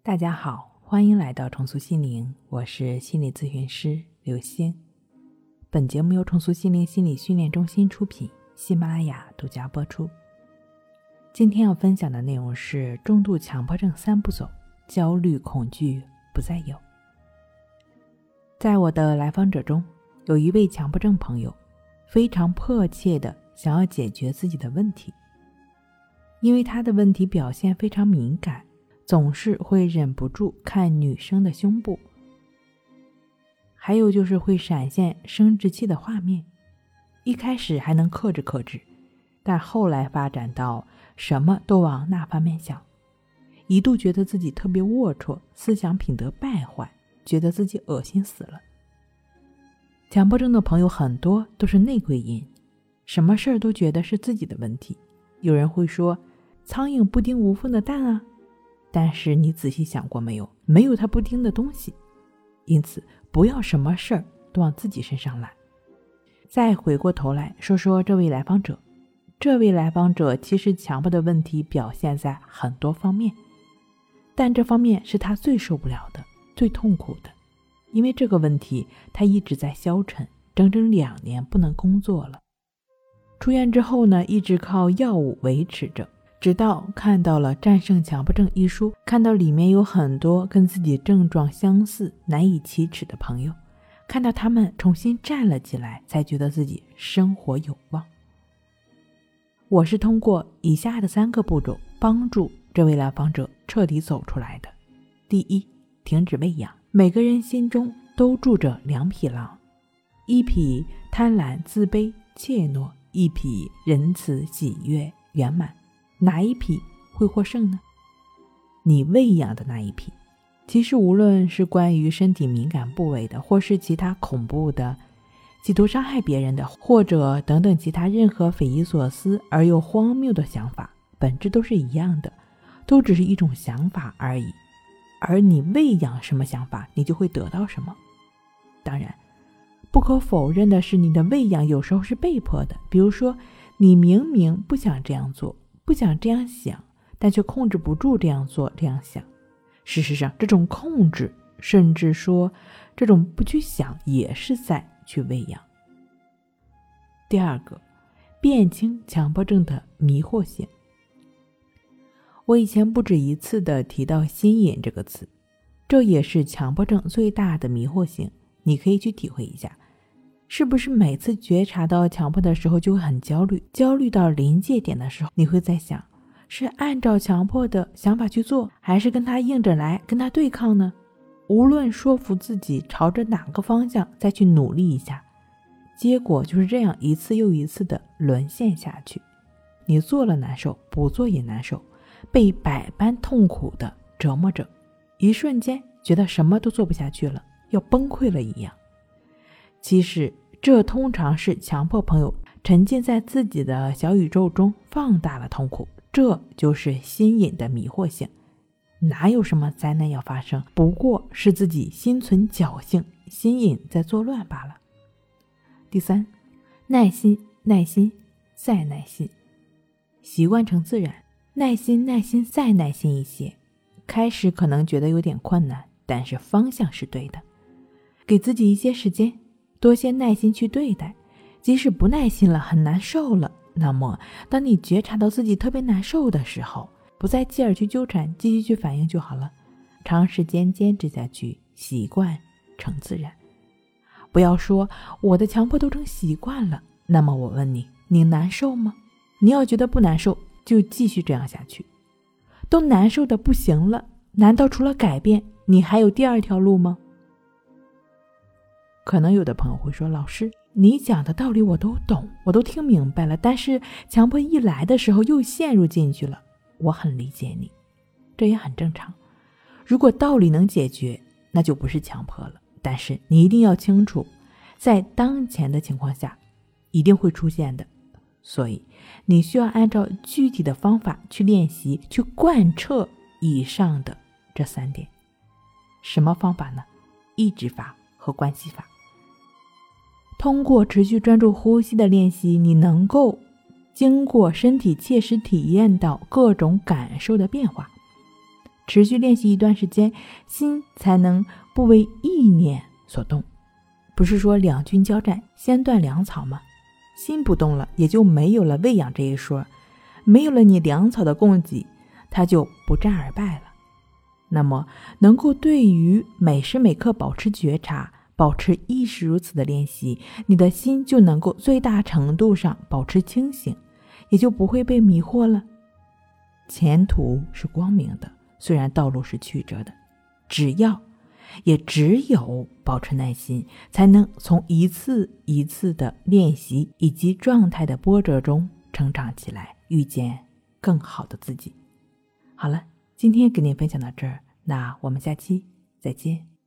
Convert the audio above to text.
大家好，欢迎来到重塑心灵，我是心理咨询师刘星。本节目由重塑心灵心理训练中心出品，喜马拉雅独家播出。今天要分享的内容是重度强迫症3步走，焦虑恐惧不再有。在我的来访者中，有一位强迫症朋友非常迫切地想要解决自己的问题，因为他的问题表现非常敏感，总是会忍不住看女生的胸部，还有就是会闪现生殖器的画面。一开始还能克制，但后来发展到什么都往那方面想，一度觉得自己特别龌龊，思想品德败坏，觉得自己恶心死了。强迫症的朋友很多都是内归因，什么事儿都觉得是自己的问题。有人会说，苍蝇不叮无缝的蛋啊，但是你仔细想过没有？没有它不叮的东西。因此不要什么事儿都往自己身上揽。再回过头来说说这位来访者，其实强迫的问题表现在很多方面，但这方面是他最受不了的，最痛苦的。因为这个问题他一直在消沉，整整2年不能工作了。出院之后呢，一直靠药物维持着，直到看到了《战胜强迫症》一书，看到里面有很多跟自己症状相似难以启齿的朋友，看到他们重新站了起来，才觉得自己生活有望。我是通过以下的3个步骤帮助这位来访者彻底走出来的。第一，停止喂养。每个人心中都住着2匹狼，一匹贪婪自卑怯懦，一匹仁慈喜悦圆满。哪一匹会获胜呢？你喂养的那一匹。其实无论是关于身体敏感部位的，或是其他恐怖的、企图伤害别人的，或者等等其他任何匪夷所思而又荒谬的想法，本质都是一样的，都只是一种想法而已。而你喂养什么想法，你就会得到什么。当然，不可否认的是，你的喂养有时候是被迫的。比如说，你明明不想这样做，不想这样想，但却控制不住这样做这样想。事实上，这种控制，甚至说这种不去想，也是在去喂养。第二个，辨清强迫症的迷惑性。我以前不止一次地提到心瘾这个词，这也是强迫症最大的迷惑性。你可以去体会一下，是不是每次觉察到强迫的时候就会很焦虑，焦虑到临界点的时候，你会在想，是按照强迫的想法去做，还是跟他硬着来，跟他对抗呢？无论说服自己朝着哪个方向再去努力一下，结果就是这样一次又一次的沦陷下去。你做了难受，不做也难受，被百般痛苦的折磨着，一瞬间觉得什么都做不下去了，要崩溃了一样。其实这通常是强迫朋友沉浸在自己的小宇宙中放大了痛苦，这就是心瘾的迷惑性。哪有什么灾难要发生，不过是自己心存侥幸，心瘾在作乱罢了。第三，耐心再耐心，习惯成自然。耐心再耐心一些，开始可能觉得有点困难，但是方向是对的。给自己一些时间，多些耐心去对待。即使不耐心了，很难受了，那么当你觉察到自己特别难受的时候，不再继而去纠缠，继续去反应就好了。长时间坚持下去，习惯成自然。不要说我的强迫都成习惯了，那么我问你，你难受吗？你要觉得不难受，就继续这样下去。都难受的不行了，难道除了改变，你还有第2条路吗？可能有的朋友会说，老师，你讲的道理我都懂，我都听明白了，但是强迫一来的时候又陷入进去了。我很理解你，这也很正常。如果道理能解决，那就不是强迫了。但是你一定要清楚，在当前的情况下一定会出现的，所以你需要按照具体的方法去练习，去贯彻以上的这3点。什么方法呢？抑制法和关系法。通过持续专注呼吸的练习，你能够经过身体切实体验到各种感受的变化， 持续练习一段时间，心才能不为意念所动。不是说两军交战，先断粮草吗？心不动了，也就没有了喂养这一说，没有了你粮草的供给，它就不战而败了。那么能够对于每时每刻保持觉察，保持意识如此的练习，你的心就能够最大程度上保持清醒，也就不会被迷惑了。前途是光明的，虽然道路是曲折的，只有保持耐心，才能从一次一次的练习以及状态的波折中成长起来，遇见更好的自己。好了，今天跟您分享到这儿，那我们下期再见。